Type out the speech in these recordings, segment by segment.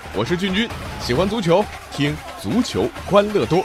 我是俊君，喜欢足球，听足球欢乐多。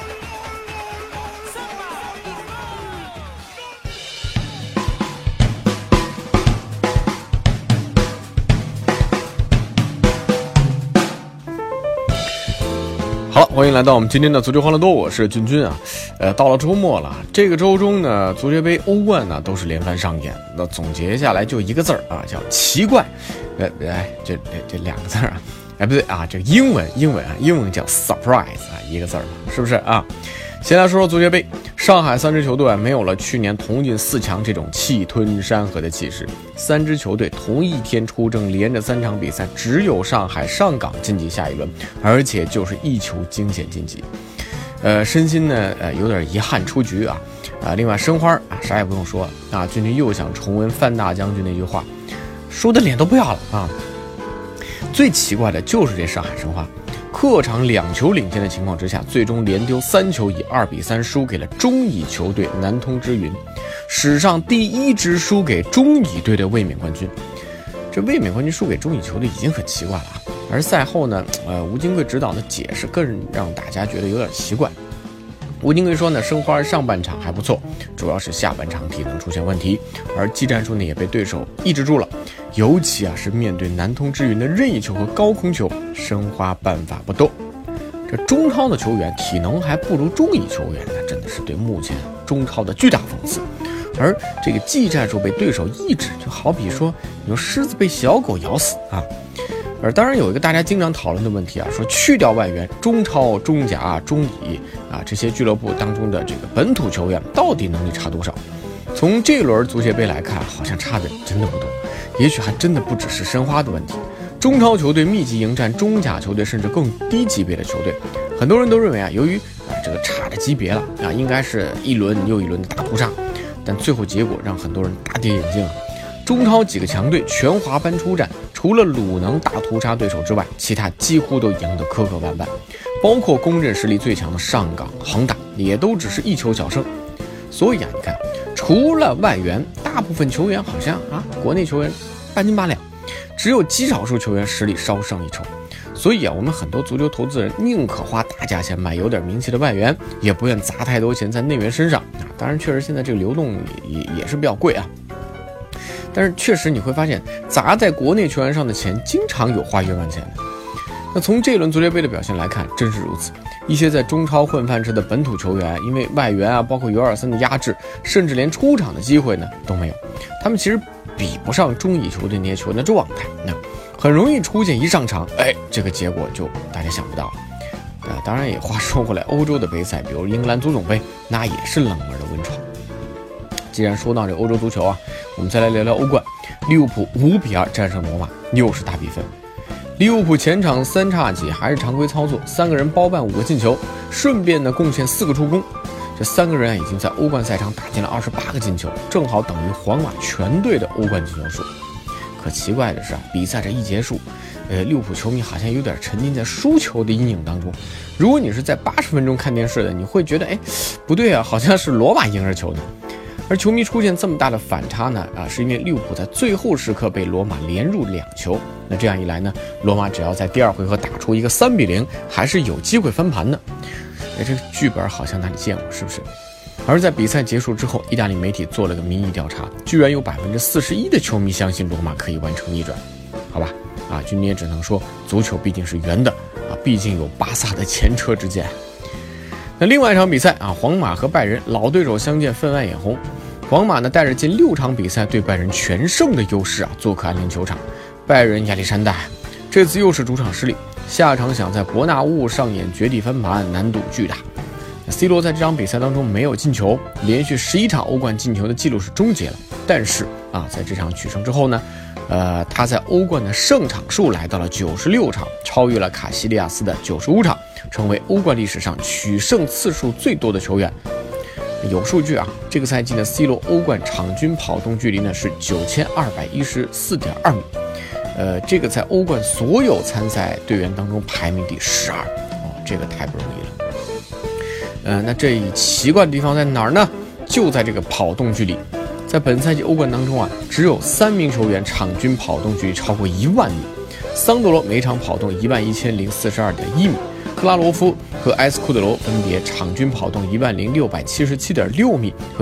好了，欢迎来到我们今天的足球欢乐多，我是俊君啊。到了周末了，这个周中呢，足协杯、欧冠呢都是连番上演。那总结下来就一个字啊，叫奇怪。这两个字啊，不对啊，这个英文叫 surprise 啊，一个字嘛，是不是啊？先来说说足协杯，上海3支球队没有了去年同进4强这种气吞山河的气势，3支球队同一天出征，连着3场比赛，只有上海上港晋级下一轮，而且就是一球惊险晋级。申鑫呢，有点遗憾出局啊。另外申花啊，啥也不用说啊，俊君又想重温范大将军那句话，输的脸都不要了啊。最奇怪的就是这上海申花。客场2球领先的情况之下，最终连丢3球，以2-3输给了中乙球队南通之云，史上第1支输给中乙队的卫冕冠军。这卫冕冠军输给中乙球队已经很奇怪了啊！而赛后呢，吴金贵指导的解释更让大家觉得有点奇怪。吴金贵说呢，申花上半场还不错，主要是下半场体能出现问题，而技战术呢也被对手抑制住了。尤其是面对南通之云的任意球和高空球，申花办法不多。这中超的球员体能还不如中乙球员呢，真的是对目前中超的巨大讽刺。而这个技战术被对手抑制，就好比说你说狮子被小狗咬死啊。而当然有一个大家经常讨论的问题啊，说去掉外援，中超、中甲、中乙啊这些俱乐部当中的这个本土球员到底能力差多少？从这轮足协杯来看，好像差的真的不多，也许还真的不只是申花的问题。中超球队密集迎战中甲球队甚至更低级别的球队，很多人都认为啊，由于这个差的级别了啊，应该是一轮又一轮的大屠杀，但最后结果让很多人大跌眼镜啊。中超几个强队全华班出战，除了鲁能大屠杀对手之外，其他几乎都赢得磕磕绊绊，包括公认实力最强的上港、恒大也都只是1球小胜。所以啊，你看，除了外援，大部分球员好像国内球员半斤八两，只有极少数球员实力稍胜一筹。所以啊，我们很多足球投资人宁可花大价钱买有点名气的外援，也不愿砸太多钱在内援身上啊。当然，确实现在这个流动也是比较贵啊。但是确实你会发现，砸在国内球员上的钱经常有花冤枉钱的。那从这轮足协杯的表现来看，真是如此。一些在中超混饭吃的本土球员，因为外援啊，包括尤尔森的压制，甚至连出场的机会呢都没有。他们其实比不上中乙球队那些球员的状态，那很容易出现一上场，这个结果就大家想不到了。当然也话说回来，欧洲的杯赛，比如英格兰足总杯，那也是冷门的温床。既然说到这欧洲足球啊，我们再来聊聊欧冠。利物浦5-2战胜罗马，又是大比分。利物浦前场3叉戟还是常规操作，3个人包办5个进球，顺便呢贡献4个助攻。这3个人已经在欧冠赛场打进了28个进球，正好等于皇马全队的欧冠进球数。可奇怪的是比赛这一结束，利物浦球迷好像有点沉浸在输球的阴影当中。如果你是在80分钟看电视的，你会觉得不对啊，好像是罗马赢了球呢。而球迷出现这么大的反差呢，是因为利物浦在最后时刻被罗马连入2球。那这样一来呢，罗马只要在第2回合打出一个3-0，还是有机会翻盘的。这个剧本好像哪里见过，是不是？而在比赛结束之后，意大利媒体做了个民意调查，居然有41%的球迷相信罗马可以完成逆转。好吧，君也只能说，足球毕竟是圆的毕竟有巴萨的前车之鉴。那另外一场比赛皇马和拜仁老对手相见，分外眼红。皇马呢带着近6场比赛对拜仁全胜的优势做客安联球场，拜仁亚历山大这次又是主场失利，下场想在伯纳乌上演绝地翻盘，难度巨大。C 罗在这场比赛当中没有进球，连续11场欧冠进球的记录是终结了。但是在这场取胜之后呢，他在欧冠的胜场数来到了96场，超越了卡西利亚斯的95场，成为欧冠历史上取胜次数最多的球员。有数据这个赛季呢 C 罗欧冠场均跑动距离呢是9214.2米，这个在欧冠所有参赛队员当中排名第12，这个太不容易了。那这一奇怪的地方在哪儿呢？就在这个跑动距离。在本赛季欧冠当中只有3名球员场均跑动距离超过1万米， 桑德罗每场跑动11042.1米，克拉罗夫和埃斯库德罗分别场均跑动10677.6米和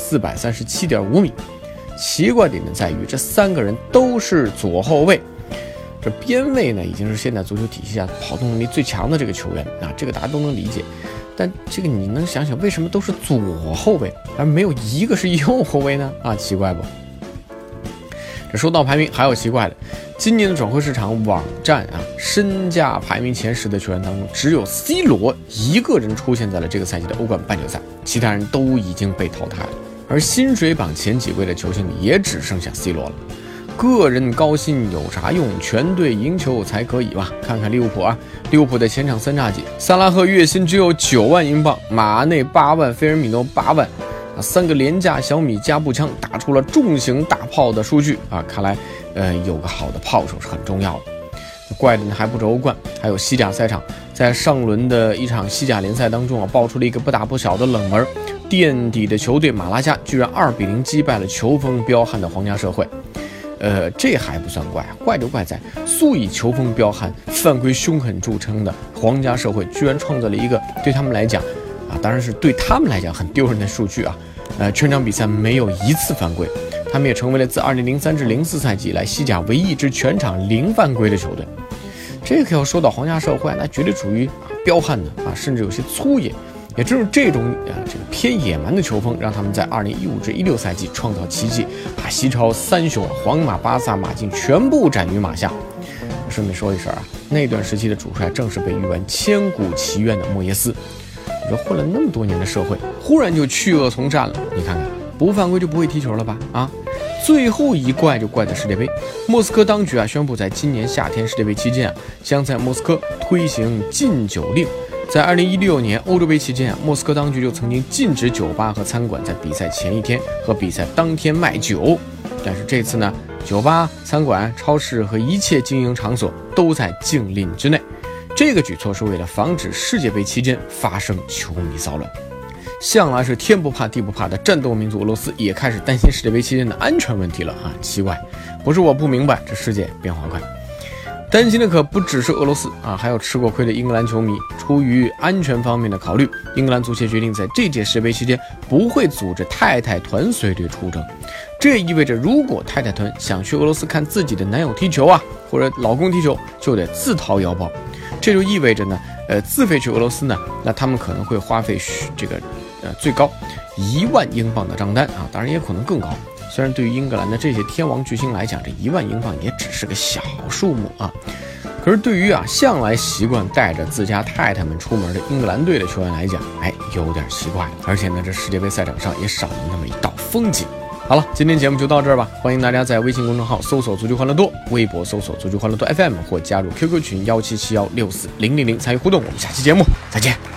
10437.5米。奇怪点在于，这3个人都是左后卫。这边卫呢，已经是现代足球体系下跑动能力最强的这个球员啊，这个大家都能理解。但这个你能想想，为什么都是左后卫，而没有一个是右后卫呢？啊，奇怪不？这说到排名，还有奇怪的，今年的转会市场网站啊，身价排名前10的球员当中，只有 C 罗一个人出现在了这个赛季的欧冠半决赛，其他人都已经被淘汰了。而薪水榜前几位的球星里，也只剩下 C 罗了。个人高薪有啥用？全队赢球才可以吧？看看利物浦啊，利物浦的前场3炸戟，萨拉赫月薪只有9万英镑，马内8万，菲尔米诺8万，3个廉价小米加步枪打出了重型大炮的数据啊！看来，有个好的炮手是很重要的。怪的呢还不止欧冠，还有西甲赛场，在上轮的一场西甲联赛当中啊，爆出了一个不大不小的冷门。垫底的球队马拉加居然2-0击败了球风彪悍的皇家社会，这还不算怪，怪就怪在素以球风彪悍、犯规凶狠著称的皇家社会，居然创造了一个对他们来讲当然是对他们来讲很丢人的数据啊，全场比赛没有一次犯规，他们也成为了自2003至04赛季以来西甲唯一一支全场0犯规的球队。这个要说到皇家社会，那绝对属于彪悍的甚至有些粗野。也正是这种这个偏野蛮的球风，让他们在2015至16赛季创造奇迹，把西超3雄皇马、巴萨、马竞全部斩于马下。顺便说一声那段时期的主帅正是被誉为千古奇冤的莫耶斯。你说混了那么多年的社会，忽然就去恶从善了，你看看，不犯规就不会踢球了吧？最后一怪就怪在世界杯，莫斯科当局宣布在今年夏天世界杯期间将在莫斯科推行禁酒令。在2016年欧洲杯期间莫斯科当局就曾经禁止酒吧和餐馆在比赛前一天和比赛当天卖酒，但是这次呢，酒吧、餐馆、超市和一切经营场所都在禁令之内。这个举措是为了防止世界杯期间发生球迷骚乱。向来是天不怕地不怕的战斗民族俄罗斯也开始担心世界杯期间的安全问题了奇怪，不是我不明白，这世界变化快。担心的可不只是俄罗斯还有吃过亏的英格兰球迷。出于安全方面的考虑，英格兰足协决定在这届世界杯期间不会组织太太团随队出征。这意味着，如果太太团想去俄罗斯看自己的男友踢球或者老公踢球，就得自掏腰包。这就意味着呢，自费去俄罗斯呢，那他们可能会花费这个最高1万英镑的账单当然也可能更高。虽然对于英格兰的这些天王巨星来讲，这1万英镑也只是个小数目可是对于向来习惯带着自家太太们出门的英格兰队的球员来讲，有点奇怪。而且呢，这世界杯赛场上也少了那么一道风景。好了，今天节目就到这儿吧。欢迎大家在微信公众号搜索足球欢乐多，微博搜索足球欢乐多 FM， 或加入 QQ 群1771640000参与互动。我们下期节目再见。